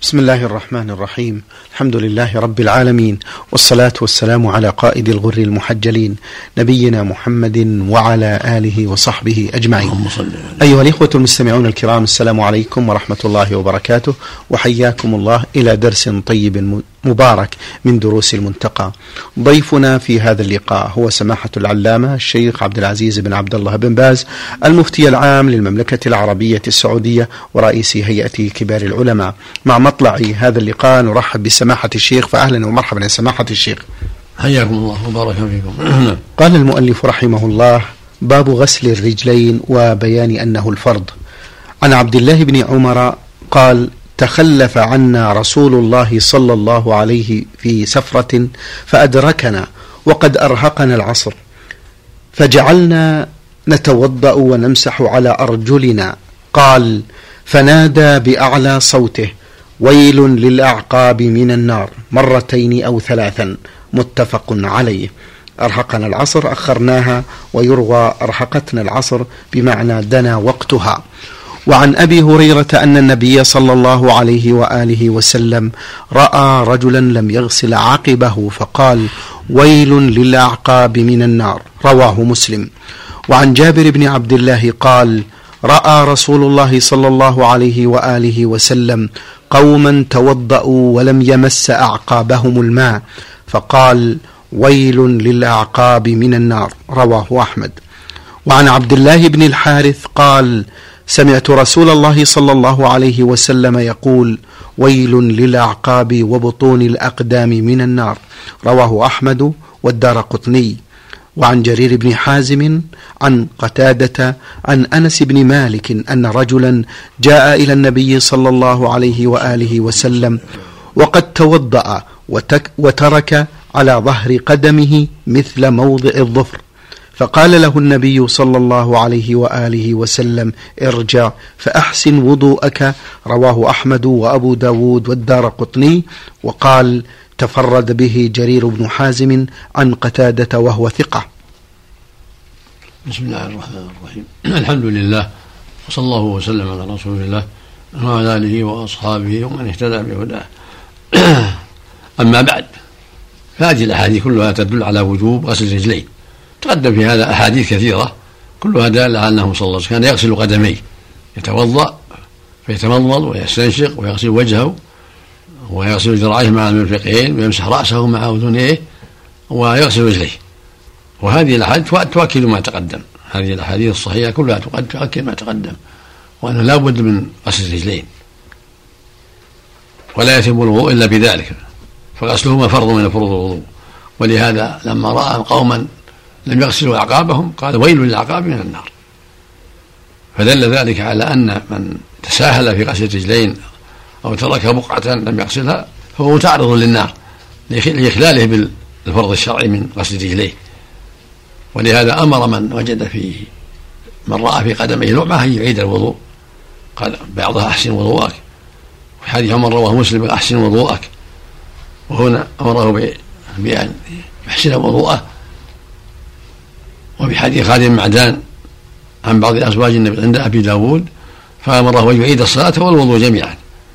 بسم الله الرحمن الرحيم. الحمد لله رب العالمين، والصلاة والسلام على قائد الغر المحجلين نبينا محمد وعلى آله وصحبه أجمعين. أيها الإخوة المستمعون الكرام، السلام عليكم ورحمة الله وبركاته، وحياكم الله إلى درس طيب مبارك من دروس المنتقى. ضيفنا في هذا اللقاء هو سماحة العلامة الشيخ عبد العزيز بن عبد الله بن باز، المفتي العام للمملكة العربية السعودية ورئيس هيئة كبار العلماء. مع مطلع هذا اللقاء نرحب بسماحة الشيخ، فأهلا ومرحبا يا سماحة الشيخ. حياكم الله وبارك فيكم. قال المؤلف رحمه الله: باب غسل الرجلين وبيان أنه الفرض. عن عبد الله بن عمر قال: تخلف عنا رسول الله صلى الله عليه في سفرة فأدركنا وقد أرهقنا العصر، فجعلنا نتوضأ ونمسح على أرجلنا. قال: فنادى بأعلى صوته: ويل للأعقاب من النار، مرتين أو ثلاثا، متفق عليه. أرهقنا العصر أخرناها، ويروى أرهقتنا العصر بمعنى دنا وقتها. وعن أبي هريرة أن النبي صلى الله عليه وآله وسلم رأى رجلا لم يغسل عقبه فقال: ويل للأعقاب من النار، رواه مسلم. وعن جابر بن عبد الله قال: رأى رسول الله صلى الله عليه وآله وسلم قوما توضأوا ولم يمس أعقابهم الماء فقال: ويل للأعقاب من النار، رواه أحمد. وعن عبد الله بن الحارث قال: سمعت رسول الله صلى الله عليه وسلم يقول: ويل للأعقاب وبطون الأقدام من النار، رواه أحمد والدارقطني. وعن جرير بن حازم عن قتادة عن أنس بن مالك أن رجلا جاء إلى النبي صلى الله عليه وآله وسلم وقد توضأ وترك على ظهر قدمه مثل موضع الظفر، فقال له النبي صلى الله عليه وآله وسلم: ارجع فأحسن وضوءك، رواه أحمد وأبو داود والدارقطني. وقال: تفرد به جرير بن حازم عن قتادة وهو ثقة. بسم الله الرحمن الرحيم. الحمد لله، وصلى الله وسلم على رسول الله وعلى آله وأصحابه ومن اهتدى بهداه. أما بعد، فهذه الأحاديث كلها تدل على وجوب غسل الرجلين. تقدم في هذا أحاديث كثيرة كلها دالة على أنه صلى الله عليه وسلم كان يغسل قدميه، يتوضأ فيتمضمض ويستنشق ويغسل وجهه ويغسل ذراعيه مع المرفقين ويمسح رأسه مع أذنيه ويغسل رجليه. وهذه الأحاديث تؤكد ما تقدم، هذه الأحاديث الصحيحة كلها تؤكد ما تقدم، وأنه لا بد من غسل الرجلين، ولا يتم الوضوء إلا بذلك، فغسلهما فرض من فروض الوضوء. ولهذا لما رأى قوما لم يغسلوا أعقابهم قال: ويل للأعقاب من النار. فدل ذلك على أن من تساهل في غسل الرجلين أو ترك بقعة لم يغسلها فهو متعرض للنار لإخلاله بالفرض الشرعي من غسل رجليه. ولهذا أمر من وجد فيه من رأى في قدمه لعمة أن يعيد الوضوء، قال بعضها: أحسن وضوءك. في حديث عمر رواه مسلم: أحسن وضوءك. وهنا أمره بأن يحسن وضوءه. وفي حديث خالد بن معدان عن بعض أزواج النبي عند أبي داود فأمره أن يعيد الصلاة والوضوء جميعا.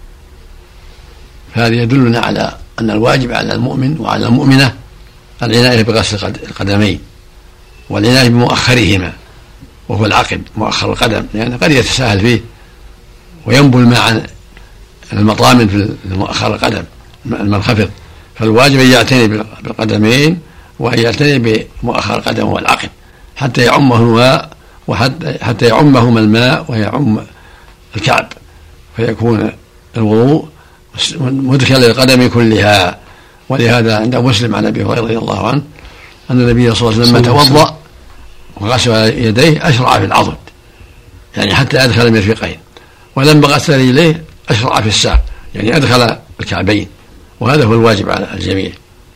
فهذا يدلنا على أن الواجب على المؤمن وعلى المؤمنة العناية بغسل القدمين والعناية بمؤخرهما، وهو العقب مؤخر القدم، لأن قد يتساهل فيه وينبو الماء عن المطامن في مؤخر القدم المنخفض. فالواجب أن يعتني بالقدمين وأن يعتني بمؤخر القدم والعقب حتى يعمه الماء وحتى يعمهما الماء ويعم الكعب، فيكون الوضوء مدخلا للقدم كلها. ولهذا عند مسلم عن أبي هريرة رضي الله عنه أن النبي صلى الله عليه وسلم لما توضأ وغسل يديه أشرع في العضد، يعني حتى أدخل المرفقين، ولما غسل رجليه أشرع في الساق، يعني أدخل الكعبين. وهذا هو الواجب على الجميع.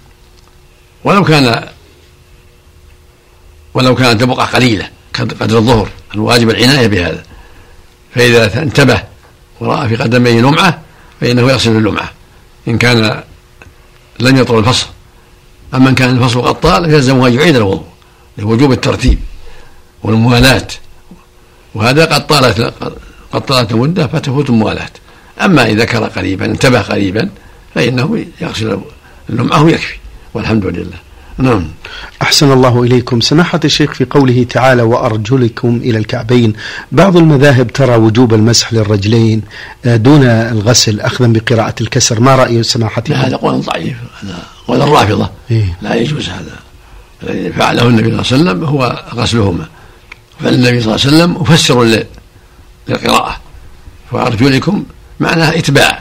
ولو كانت بقعة قليلة قدر الظهر، الواجب العناية بهذا. فإذا انتبه ورأى في قدميه لمعة فإنه يغسل اللمعة إن كان لم يطول الفصل. أما إن كان الفصل قد طال فيلزمه أن يعيد الوضوء لوجوب الترتيب والموالاة، وهذا قد طالت المدة فتفوت الموالاة. أما إذا ذكر قريبا انتبه قريبا فإنه يغسل اللمعة ويكفي والحمد لله. نعم. أحسن الله إليكم. سماحة الشيخ، في قوله تعالى وأرجلكم إلى الكعبين، بعض المذاهب ترى وجوب المسح للرجلين دون الغسل أخذا بقراءة الكسر، ما رأي سماحته؟ هذا قول ضعيف، هذا قول الرافضة. لا يجوز هذا. الذي فعله النبي صلى الله عليه وسلم هو غسلهما، فالنبي صلى الله عليه وسلم مفسر للقراءة، وأرجلكم معناها إتباع،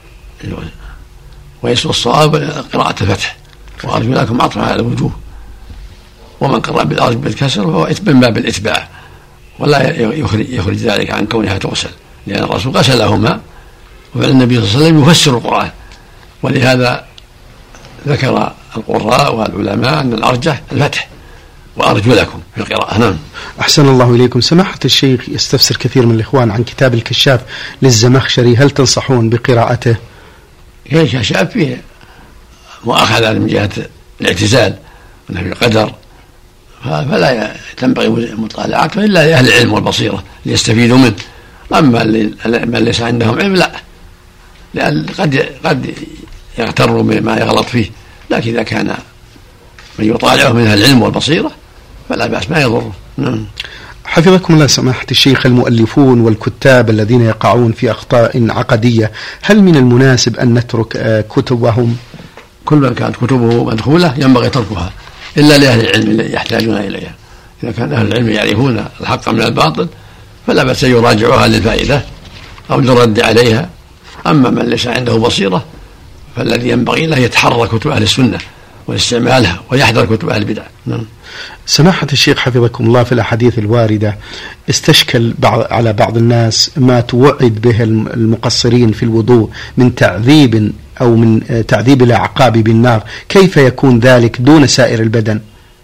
ويسوى الصواب قراءة الفتح، وأرجلكم عطفها على الوجوه، ومن قرأ بالأرجل بالكسر فهو من باب الإتباع، ولا يخرج ذلك عن كونها تغسل، لأن الرسول غسلهما، والنبي صلى الله عليه وسلم يفسر القرآن. ولهذا ذكر القراء والعلماء أن الأرجح الفتح وأرجلكم في القراءة. نعم. أحسن الله إليكم. سماحة الشيخ، يستفسر كثير من الإخوان عن كتاب الكشاف للزمخشري، هل تنصحون بقراءته؟ الكشاف فيه مؤاخذة من جهة الاعتزال ونفي القدر، فلا تنبغي مطالعته إلا لأهل العلم والبصيرة ليستفيدوا منه. أما من ليس عندهم علم لا، لأن قد يغتروا بما يغلط فيه، لكن إذا كان من يطالعه من أهل العلم والبصيرة فلا بأس، ما يضره. نعم. حفظكم الله سماحة الشيخ، المؤلفون والكتاب الذين يقعون في أخطاء عقدية، هل من المناسب أن نترك كتبهم؟ كل من كانت كتبه مدخولة ينبغي تركها إلا لأهل العلم الذي يحتاجون إليها. إذا كان أهل العلم يعرفون الحق من الباطل فلا بأس يراجعوها للفائدة أو للرد عليها. أما من ليس عنده بصيرة فالذي ينبغي له يتحرى كتب أهل السنة واستعمالها ويحذر كتب أهل البدع. نعم. سماحة الشيخ حفظكم الله، في الأحاديث الواردة استشكل على بعض الناس ما توعد به المقصرين في الوضوء من تعذيب أو من تعذيب الأعقاب بالنار، كيف يكون ذلك دون سائر البدن؟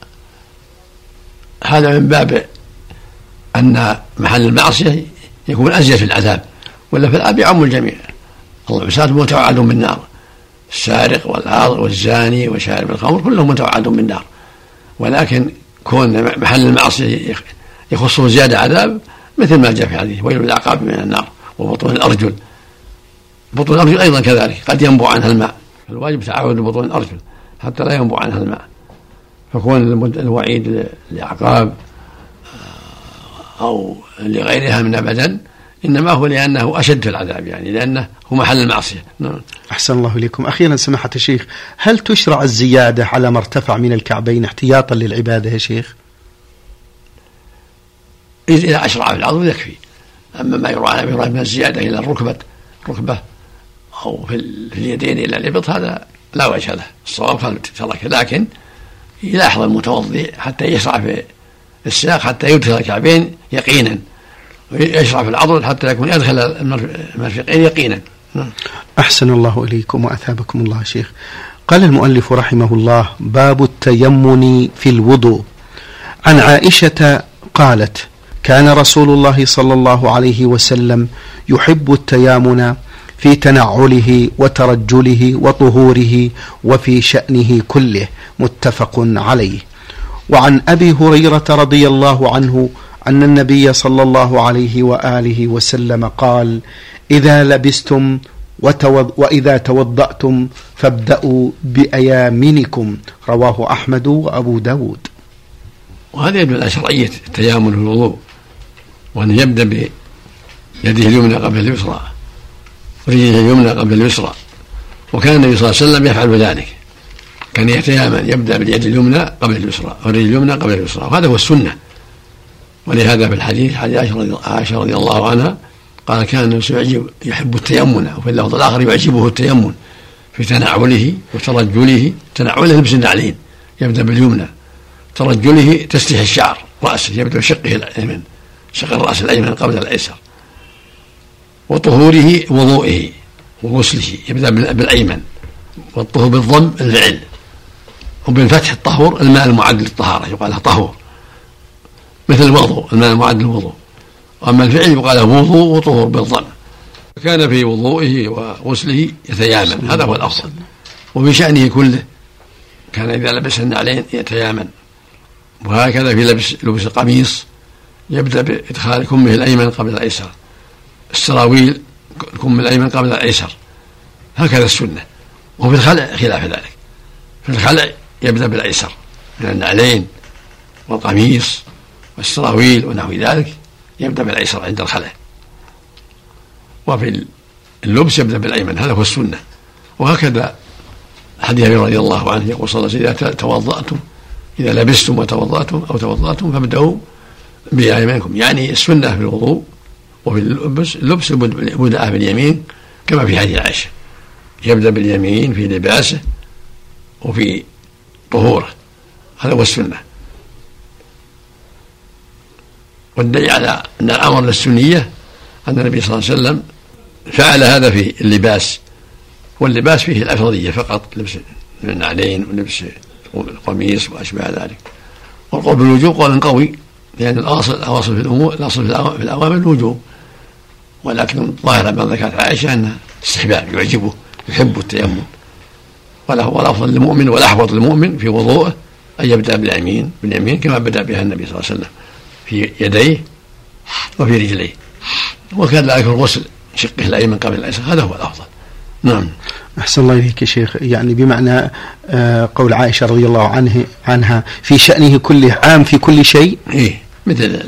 هذا من باب أن محل المعصية يكون أزيد في العذاب، ولا في العذاب يعم الجميع. العصاة متوعدون بالنار، السارق والعاض والزاني وشارب الخمر كلهم متوعدون بالنار، ولكن كون محل المعصية يخصه زيادة عذاب مثل ما جاء في حديث ويل العقاب من النار وبطون الأرجل. بطون الأرجل أيضا كذلك قد ينبع عنها الماء، الواجب تعاود بطون الأرجل حتى لا ينبع عنها الماء. فكون الوعيد لعقاب أو لغيرها من البدن إنما هو لأنه أشد في العذاب، يعني لأنه هو محل المعصية. نعم. أحسن الله إليكم. أخيرا سماحة الشيخ، هل تشرع الزيادة على ما ارتفع من الكعبين احتياطا للعبادة يا شيخ؟ إذا أشرع في العضو يكفي، أما ما يرى من الزيادة إلى الركبة أو في اليدين إلى الإبط هذا لا وجه له، الصواب ترك، لكن يلاحظ المتوضئ حتى يشرع في الساق حتى يدخل الكعبين يقينا، ويشرع في العضل حتى يكون يدخل المرفقين يقينا. أحسن الله إليكم وأثابكم الله شيخ. قال المؤلف رحمه الله: باب التيمم في الوضوء. عن عائشة قالت: كان رسول الله صلى الله عليه وسلم يحب التيامن في تنعله وترجله وطهوره وفي شأنه كله، متفق عليه. وعن أبي هريرة رضي الله عنه أن النبي صلى الله عليه وآله وسلم قال: إذا لبستم وإذا توضأتم فابدأوا بأيامنكم، رواه أحمد وأبو داود. وهذا يدل على شرعية التيامن في الوضوء، وأن يبدأ بيده اليمنى قبل اليسرى ورجله اليمنى قبل اليسرى، وكان النبي صلى الله عليه وسلم يفعل ذلك، كان يتيامن يبدأ باليد اليمنى قبل اليسرى والرجل اليمنى قبل اليسرى، وهذا هو السنة. ولهذا في الحديث عائشة رضي الله عنها قال: كان النبي يحب التيمن، وفي اللفظ الآخر يعجبه التيمن في تنعله وترجله. تنعله لبس النعلين يبدأ باليمنى، ترجله تسريح الشعر رأسه يبدأ بشقه الأيمن، شق الرأس الأيمن قبل الأيسر، وطهوره وضوئه وغسله يبدأ بالأيمن، والطهور بالضم الفعل، وبالفتح الطهور الماء المعد للطهارة يقال له طهور، مثل الوضوء الماء المعد للوضوء. وأما الفعل يقال له وضوء وطهور بالضم. كان في وضوئه وغسله يتيامن، هذا هو الأفضل. وفي شأنه كله كان إذا لبس النعلين يتيامن، وهكذا في لبس القميص يبدأ بإدخال كمه الأيمن قبل الأيسر، السراويل الكم الأيمن قبل الأيسر، هكذا السنة. وفي الخلع خلاف ذلك، في الخلع يبدأ بالأيسر من النعلين والقميص والسراويل ونحو ذلك، يبدأ بالأيسر عند الخلع. وفي اللبس يبدأ بالأيمن، هذا هو السنة. وهكذا حديث أبي رضي الله عنه يقول صلى الله عليه وسلم: إذا توضأتم، إذا لبستم وتوضأتم أو توضأتم فابدأوا بأيمانكم، يعني السنة في الوضوء وفي اللبس بدأ باليمين كما في حديث عائشة، يبدأ باليمين في لباسه وفي طهوره، هذا هو السنة. والدليل على أن الأمر للسنية أن النبي صلى الله عليه وسلم فعل هذا في اللباس، واللباس فيه الأفضلية فقط، لبس النعلين ولبس القميص وأشبه ذلك. والقول بالوجوب قول قوي، لأن الأصل في الأمور، الأصل في الأوامر الوجوب، ولكن ظاهر ما ذكرت عائشة أنه استحباب، يعجبه، يحب التيمم. والأفضل للمؤمن والأحوط للمؤمن في وضوءه أن يبدأ باليمين كما بدأ بها النبي صلى الله عليه وسلم في يديه وفي رجليه، وكذلك الغسل شقه الأيمن قبل الأيسر، هذا هو الأفضل. نعم. أحسن الله إليك يا شيخ، يعني بمعنى قول عائشة رضي الله عنها في شأنه كله عام في كل شيء، إيه، مثل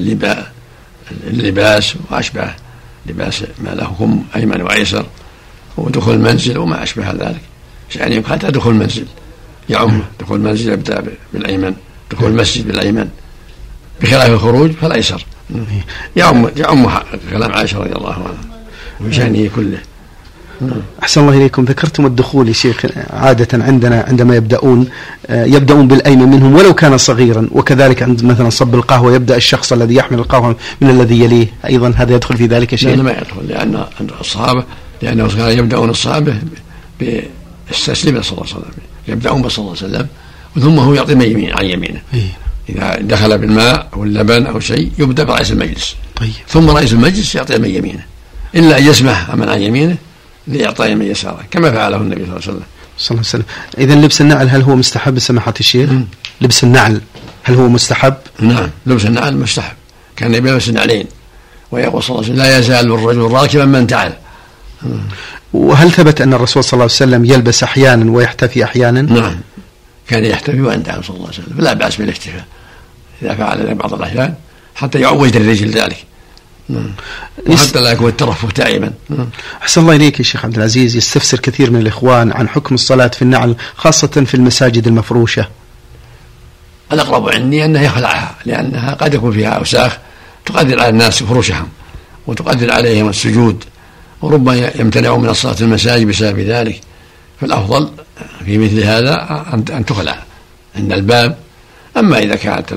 اللباس وأشبه لباس ما له كم أيمن وأيسر، ودخول المنزل وما أشبه ذلك، يعني حتى دخول المنزل يعم، دخول المنزل يبدأ بالأيمن، دخول المسجد بالأيمن، بخلاف الخروج فالأيسر. يعم كلام عائشة رضي الله عنها وفي شأنه كله. أحسن الله إليكم. ذكرتم الدخول يا شيخ، عادة عندنا عندما يبدأون بالأيمن منهم ولو كان صغيرا، وكذلك عند مثلا صب القهوة يبدأ الشخص الذي يحمل القهوة من الذي يليه، أيضا هذا يدخل في ذلك يا شيخ؟ لا، ما يدخل، لأن الصحابة لأنه كان يبدأون الصحابة بالتسليم صلى الله عليه وسلم، يبدأون بصلى الله عليه وسلم ثم هو يعطي عن يمينه. إذا دخل بالماء أو اللبن أو شيء يبدأ برئيس المجلس، ثم رئيس المجلس يعطي من يمينه، إلا أن يسمح من عن يمينه ليعطي من يساره كما فعله النبي صلى الله عليه وسلم. إذا لبس النعل هل هو مستحب سماحة الشيخ؟ لبس النعل هل هو مستحب؟ نعم، لبس النعل مستحب، كان النبي يلبس النعلين، ويقول صلى الله عليه وسلم: لا يزال الرجل راكبا من تعال. وهل ثبت أن الرسول صلى الله عليه وسلم يلبس أحيانا ويحتفي أحيانا؟ نعم، كان يحتفي وينتعل صلى الله عليه وسلم، فلا بأس بالاحتفاء إذا فعل ذلك بعض الأحيان حتى يعود الرجل ذلك، وحتى لا يكون الترفه دائما. أحسن الله إليك يا شيخ عبد العزيز. يستفسر كثير من الإخوان عن حكم الصلاة في النعل خاصة في المساجد المفروشة. الأقرب عندي أنه يخلعها، لأنها قد يكون فيها أوساخ تقدر على الناس فروشهم وتقدر عليهم السجود، وربما يمتنعون من الصلاة في المساجد بسبب ذلك. فالأفضل في مثل هذا أن تخلع عند الباب. أما إذا كانت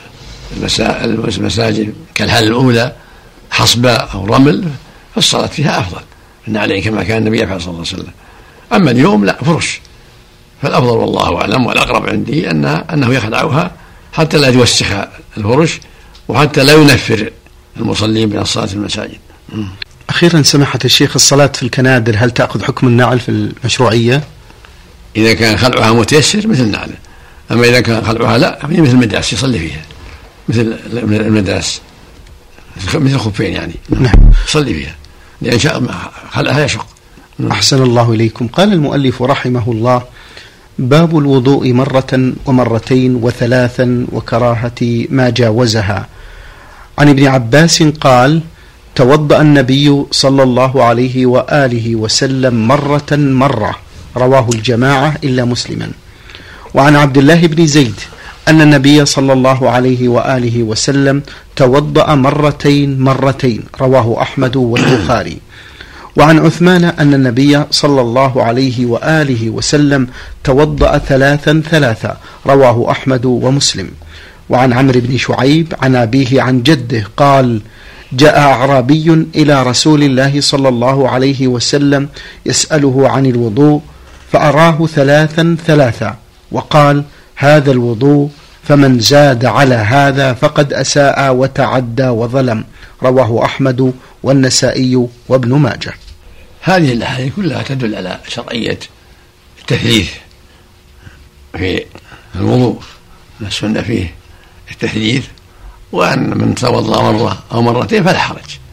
المساجد كالهال الأولى حصبة أو رمل فالصلاة فيها أفضل عليه كما كان النبي يفعل صلى الله عليه وسلم. أما اليوم لا، فرش، فالأفضل والله أعلم والأقرب عندي أنه يخلعها حتى لا يوسخ الفرش وحتى لا ينفر المصلين من الصلاة في المساجد. أخيرا سماحة الشيخ، الصلاة في الكنادر هل تأخذ حكم النعل في المشروعية؟ إذا كان خلعها متيسر مثل النعل، أما إذا كان خلعها لا، مثل المداس يصلي فيها، مثل المداس مثل الخفين يعني. نعم. يصلي فيها لأن خلعها يشق. أحسن الله إليكم. قال المؤلف رحمه الله: باب الوضوء مرة ومرتين وثلاثا وكراهة ما جاوزها. عن ابن عباس قال: توضأ النبي صلى الله عليه وآله وسلم مرة، رواه الجماعة إلا مسلما. وعن عبد الله بن زيد أن النبي صلى الله عليه وآله وسلم توضأ مرتين، رواه أحمد والبخاري. وعن عثمان أن النبي صلى الله عليه وآله وسلم توضأ ثلاثا، رواه أحمد ومسلم. وعن عمرو بن شعيب عن أبيه عن جده قال: جاء أعرابي إلى رسول الله صلى الله عليه وسلم يسأله عن الوضوء فأراه ثلاثا وقال: هذا الوضوء، فمن زاد على هذا فقد أساء وتعدى وظلم، رواه أحمد والنسائي وابن ماجه. هذه الأحاديث كلها تدل على شرعية التثليث في الوضوء، السنة فيه التثليث، وأن من توضأ مرة أو مرتين فلا حرج،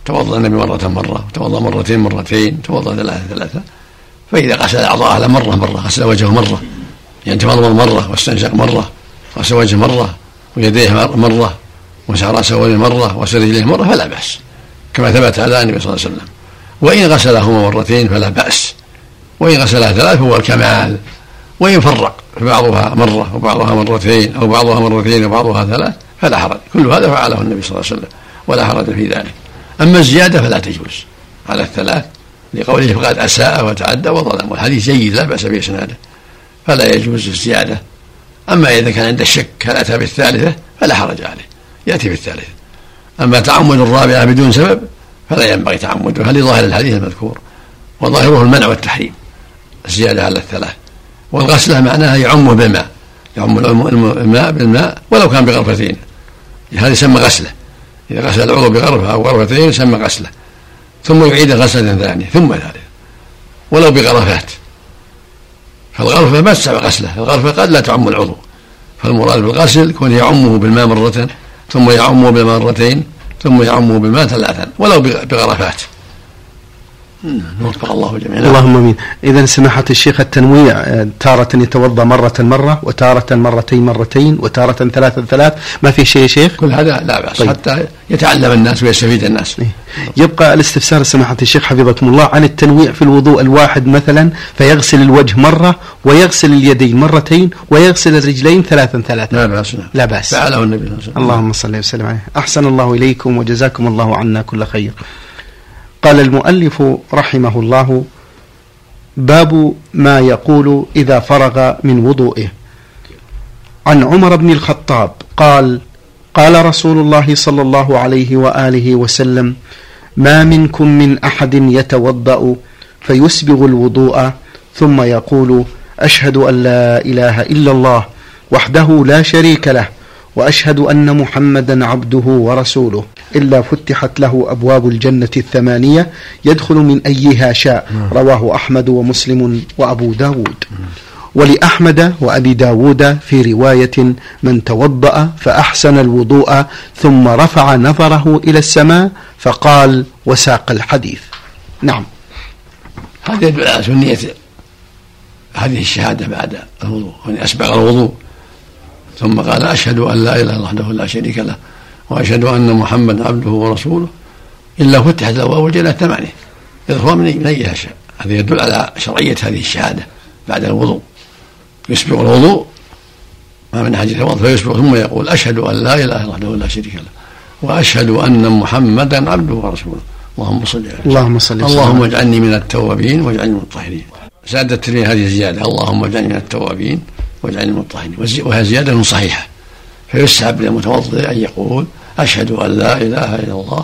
توضأ النبي مرة وتوضأ مرتين توضأ ثلاثة. فإذا غسل أعضاءه مرة غسل وجهه مرة، يعني تمضمض مرة واستنشق مرة، غسل وجهه مرة ويديه مرة ومسح رأسه مرة وغسل رجليه مرة فلا بأس، كما ثبت على النبي صلى الله عليه وسلم. وإن غسلهما مرتين فلا بأس، وإن غسلها ثلاث هو الكمال. وإن فرق بعضها مرة وبعضها مرتين أو بعضها مرتين وبعضها ثلاث فلا حرج، كل هذا فعله النبي صلى الله عليه وسلم ولا حرج في ذلك. أما الزيادة فلا تجوز على الثلاث لقوله فقد أساء وتعدى وظلم، والحديث جيد لا بأس بإسناده فلا يجوز الزيادة. أما إذا كان عند الشك هل أتى بالثالثة فلا حرج عليه، يأتي بالثالثة. أما تعمد الرابعة بدون سبب فلا ينبغي تعمدها لظاهر الحديث المذكور، وظاهره المنع والتحريم الزيادة على الثلاث. والغسلة معناها يعمه بالماء، يعم الماء بالماء ولو كان بغرفتين، هذا يسمى غسلة. إذا غسل العضو بغرفة أو غرفتين يسمى غسلة، ثم يعيد غسلة ثانية ثم ثالثة ولو بغرفات. فالغرفة ما تسمى غسلة، الغرفة قد لا تعم العضو، فالمراد بالغسل كون يعمه بالماء مرة ثم يعمه بالماء مرتين ثم يعمه بالماء ثلاثا ولو بغرفات. وفق الله جميعا. اللهم امين. اذا سماحة الشيخ التنويع تارة يتوضا مرة وتارة مرتين وتارة ثلاث، ما في شيء يا شيخ؟ كل هذا لا بأس. طيب. حتى يتعلم الناس ويستفيد الناس. يبقى الاستفسار سماحة الشيخ حفظكم الله عن التنويع في الوضوء الواحد، مثلا فيغسل الوجه مرة ويغسل اليدين مرتين ويغسل الرجلين ثلاثا. لا بأس فعله النبي صلى الله عليه وسلم. اللهم صل وسلم عليه. أحسن الله إليكم وجزاكم الله عنا كل خير. قال المؤلف رحمه الله: باب ما يقول إذا فرغ من وضوئه. عن عمر بن الخطاب قال: قال رسول الله صلى الله عليه وآله وسلم: ما منكم من أحد يتوضأ فيسبغ الوضوء ثم يقول: أشهد أن لا إله إلا الله وحده لا شريك له وأشهد أن محمدا عبده ورسوله، إلا فتحت له أبواب الجنة 8 يدخل من أيها شاء. رواه أحمد ومسلم وأبو داود. ولأحمد وأبي داود في رواية: من توضأ فأحسن الوضوء ثم رفع نظره إلى السماء فقال، وساق الحديث. نعم. هذا يدل على سنية هذه الشهادة بعد الوضوء، وأن أسبغ الوضوء ثم قال: أشهد أن لا إله إلا الله وحده لا شريك له وأشهد أن محمدا عبده ورسوله، إلا فتحت له أبواب الجنة 8 يدخل من أيها شاء. هذا يدل على شرعية هذه الشهادة بعد الوضوء. يسبغ الوضوء ما من حاجة يتوضأ فيسبغ ثم يقول: أشهد أن لا إله إلا الله وحده لا شريك له وأشهد أن محمدا عبده ورسوله. اللهم صل على اللهم اجعلني من التوابين واجعلني من المطهرين. زاد الترمذي هذه الزيادة: اللهم اجعلني من التوابين واجعلني من المطهرين، وهي زيادة صحيحة. فيستحب للمتوضئ أن يقول: أشهد أن لا إله إلا الله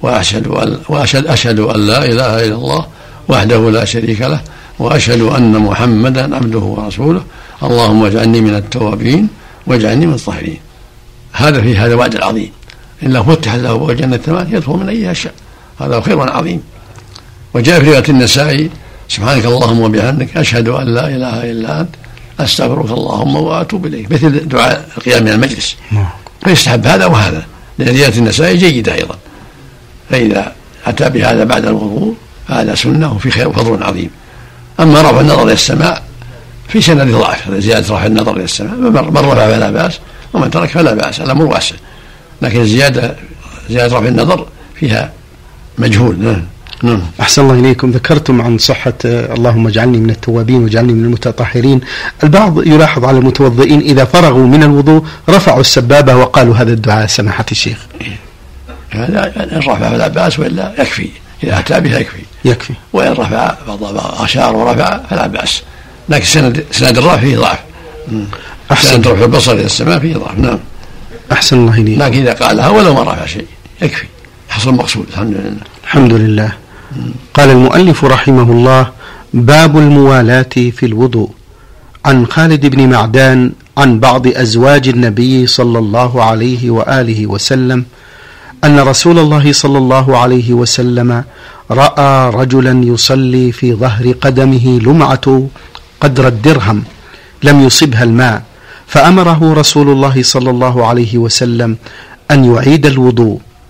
أشهد أن لا إله إلا الله وحده لا شريك له وأشهد أن محمدا عبده ورسوله، اللهم اجعلني من التوابين واجعلني من المطهرين. هذا في هذا الوعد العظيم، إلا فتحت له أبواب الجنة 8 يدخل من أيها شاء. هذا خير عظيم. وجاء في رواية النسائي: سبحانك اللهم وبحمدك أشهد أن لا إله إلا أنت أستغفرك اللهم وأتوب إليك، مثل دعاء القيام من المجلس. فيستحب هذا وهذا، لأن رواية النسائي جيدة أيضا. فإذا أتى بهذا بعد الوضوء فهذا سنة وفي خير وفضل عظيم. أما رفع النظر إلى السماء في سند ضعف، زيادة رفع النظر إلى السماء، من رفع فلا بأس ومن ترك فلا بأس، الأمر واسع. لكن زيادة رفع النظر فيها مجهول. أحسن الله إليكم. ذكرتم عن صحة اللهم اجعلني من التوابين واجعلني من المتطهرين. البعض يلاحظ على المتوضئين إذا فرغوا من الوضوء رفعوا السبابة وقالوا هذا الدعاء سماحة الشيخ. هذا إن رفع فلا بأس وإلا يكفي، إذا أتى بها يكفي. وإن رفع أشار ورفع فلا بأس، لكن سند الرفع فيه ضعف. سند رفع البصر إلى السماء فيه ضعف. نعم. أحسن الله إليكم. لكن إذا قالها ولو ما رفع شيء يكفي، حصل المقصود. الحمد لله. قال المؤلف رحمه الله: باب الموالاة في الوضوء. عن خالد بن معدان عن بعض أزواج النبي صلى الله عليه وآله وسلم أن رسول الله صلى الله عليه وسلم رأى رجلا يصلي في ظهر قدمه لمعة قدر الدرهم لم يصبها الماء، فأمره رسول الله صلى الله عليه وسلم أن يعيد الوضوء،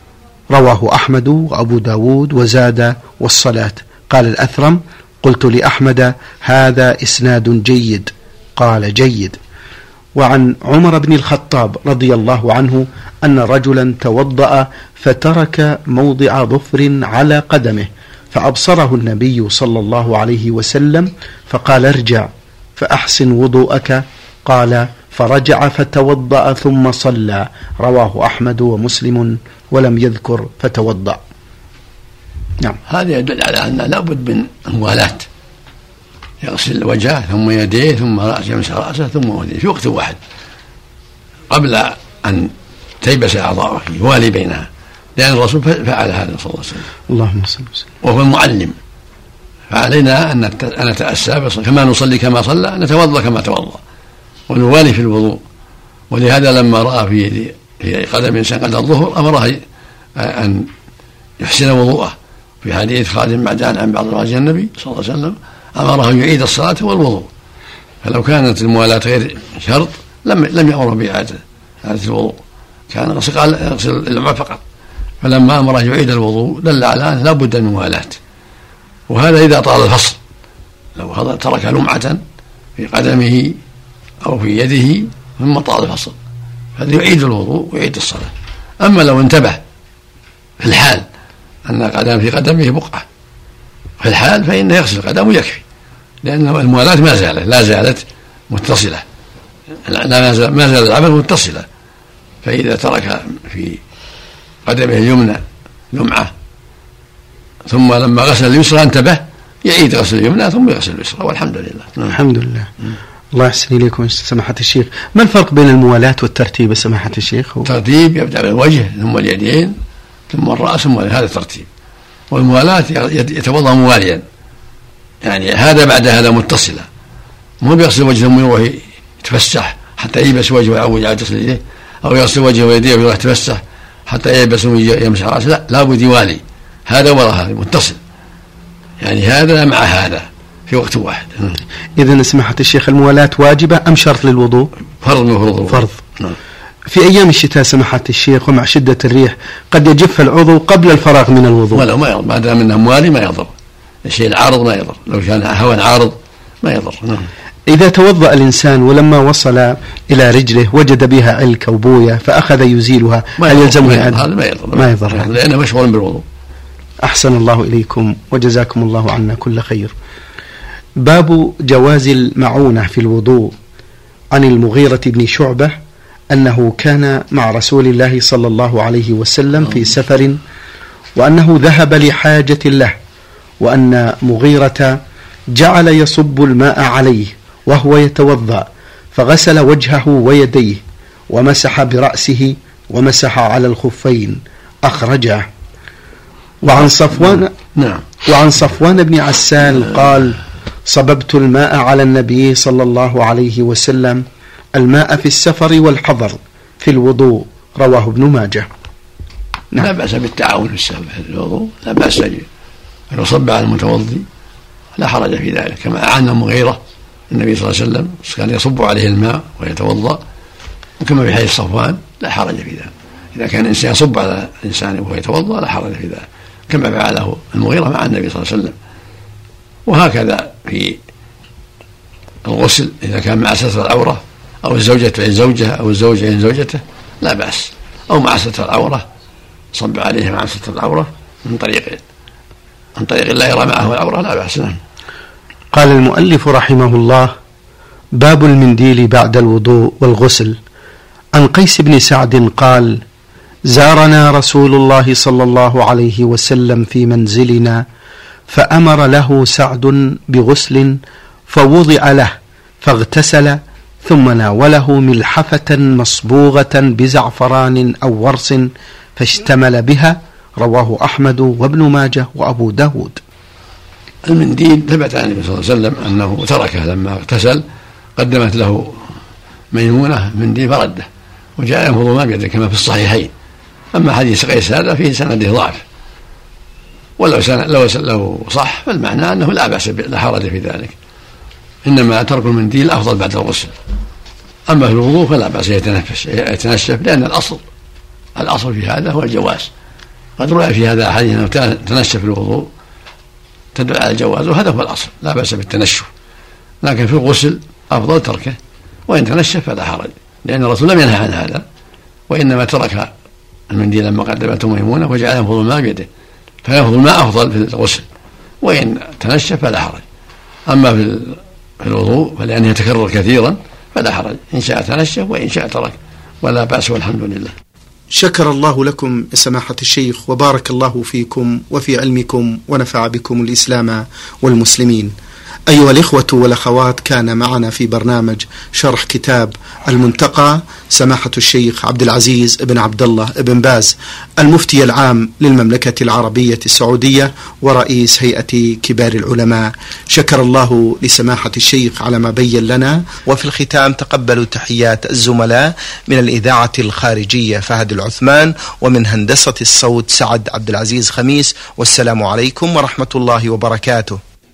رواه أحمد وأبو داود وزاد والصلاة. قال الأثرم: قلت لأحمد: هذا إسناد جيد. قال: جيد. وعن عمر بن الخطاب رضي الله عنه أن رجلا توضأ فترك موضع ظفر على قدمه، فأبصره النبي صلى الله عليه وسلم فقال: ارجع فأحسن وضوءك. قال: فرجع فتوضأ ثم صلى. رواه أحمد ومسلم ولم يذكر فتوضأ. نعم. هذا يدل على أن لابد من موالاة، يغسل وجهه ثم يديه ثم رأسه، يمسح رأسه ثم وجهه في وقت واحد قبل أن تيبس أعضاءه، يوالي بينها، لأن الرسول فعل هذا صلى الله عليه وسلم. اللهم صل وسلم. وهو المعلم، فعلينا أن نتأسى كما نصلي كما صلى، نتوضأ كما توضأ، ونوالي في الوضوء. ولهذا لما رأى في قدم إنسان قد الظهر أمره أن يحسن وضوءه. في حديث خادم معدان عن بعض روايات النبي صلى الله عليه وسلم أمره أن يعيد الصلاة والوضوء. فلو كانت الموالاة غير شرط لم يأمره بإعادة الوضوء، كان يغسل اللمعة فقط. فلما أمره يعيد الوضوء دل على أنه لا بد من الموالاة. وهذا إذا طال الفصل، لو ترك لمعة في قدمه أو في يده ثم طال الفصل فهذا يعيد الوضوء ويعيد الصلاة. أما لو انتبه في الحال أن قدم في قدمه بقعة في الحال فإنه يغسل قدمه يكفي، لأن الموالاة لا زالت متصلة، ما زال العمل متصلة. فإذا ترك في قدمه اليمنى لمعة ثم لما غسل اليسرى انتبه يعيد غسل اليمنى ثم يغسل اليسرى، والحمد لله. الحمد لله. الله يحسن إليكم سماحة الشيخ. ما الفرق بين الموالاة والترتيب سماحة الشيخ؟ الترتيب يبدأ بالوجه ثم اليدين ثم الرأس ثم هذا الترتيب. والموالاة يتوضأ مواليا، يعني هذا بعد هذا متصلة، مو بيغسل وجهه ثم يروح يتفسح حتى يلبس وجهه ويعود على غسل يديه، أو يغسل وجهه ويديه ويروح يتفسح حتى يلبس ويمسح رأسه، لا بد يوالي هذا وراء هذا متصل، يعني هذا مع هذا في وقت واحد. إذن سماحة الشيخ الموالاة واجبة أم شرط للوضوء؟ فرض من فروض الوضوء. فرض. في أيام الشتاء سماحة الشيخ ومع شدة الريح قد يجف العضو قبل الفراغ من الوضوء. ولا ما يضر، ما دام انه موالي ما يضر، الشيء العارض ما يضر، لو كان هواء عارض ما يضر. إذا توضأ الإنسان ولما وصل إلى رجله وجد بها علك أو بوية فأخذ يزيلها، هل يلزمه هذا؟ ما يضر لأنه مشغول بالوضوء. أحسن الله إليكم وجزاكم الله عنا كل خير. باب جواز المعونة في الوضوء. عن المغيرة بن شعبة أنه كان مع رسول الله صلى الله عليه وسلم في سفر، وأنه ذهب لحاجة له، وأن مغيرة جعل يصب الماء عليه وهو يتوضأ، فغسل وجهه ويديه ومسح برأسه ومسح على الخفين. أخرجه. وعن صفوان بن عسال قال: صببت الماء على النبي صلى الله عليه وسلم، الماء في السفر والحضر في الوضوء. رواه ابن ماجه. لا بأس بالتعاون في الوضوء، لا بأس أن يصب على المتوضي، لا حرج في ذلك، كما أعان المغيرة النبي صلى الله عليه وسلم كان يصب عليه الماء ويتوضأ، وكما في حديث صفوان لا حرج في ذلك. إذا كان الإنسان يصب على الإنسان وهو يتوضأ لا حرج في ذلك، كما فعله المغيرة مع النبي صلى الله عليه وسلم. وهكذا في الغسل إذا كان مع ستر العورة، أو الزوجة عند زوجها أو الزوج عند زوجته لا بأس، أو مع ستر العورة صب عليه مع ستر العورة من طريق لا يرى معه العورة لا بأس. قال المؤلف رحمه الله: باب المنديل بعد الوضوء والغسل. عن قيس بن سعد قال: زارنا رسول الله صلى الله عليه وسلم في منزلنا، فأمر له سعد بغسل فوضع له فاغتسل، ثم ناوله ملحفة مصبوغة بزعفران أو ورس فاشتمل بها. رواه أحمد وابن ماجه وأبو داود. المنديل ثبت عن النبي صلى الله عليه وسلم أنه تركه لما اغتسل، قدمت له ميمونة منديل فرده وجاء ينفض ما بيده كما في الصحيحين. أما حديث قيس هذا فيه سنده ضعف، لو صح فالمعنى أنه لا بأس لا حرج في ذلك، إنما ترك المنديل أفضل بعد الغسل. أما في الوضوء فلا بأس يتنشف، لأن الأصل في هذا هو الجواز، قد رؤى في هذا أحاديث أنه تنشف في الوضوء تدل على الجواز، وهذا هو الأصل، لا بأس بالتنشف، لكن في الغسل أفضل تركه، وإن تنشف فلا حرج، لأن الرسول لم ينهى عن هذا، وإنما ترك المنديل لما قدمته ميمونة وجعل ينفض الماء بيده، فينفض الماء أفضل في الغسل، وإن تنشف فلا حرج. أما في الوضوء فلأنه يتكرر كثيرا فلا حرج، إن شاء تنشف وإن شاء ترك، ولا بأس والحمد لله. شكر الله لكم سماحة الشيخ، وبارك الله فيكم وفي علمكم، ونفع بكم الإسلام والمسلمين. أيها الإخوة والأخوات، كان معنا في برنامج شرح كتاب المنتقى سماحة الشيخ عبد العزيز بن عبد الله بن باز، المفتي العام للمملكة العربية السعودية ورئيس هيئة كبار العلماء. شكر الله لسماحة الشيخ على ما بين لنا. وفي الختام تقبلوا تحيات الزملاء من الإذاعة الخارجية فهد العثمان، ومن هندسة الصوت سعد عبد العزيز خميس، والسلام عليكم ورحمة الله وبركاته.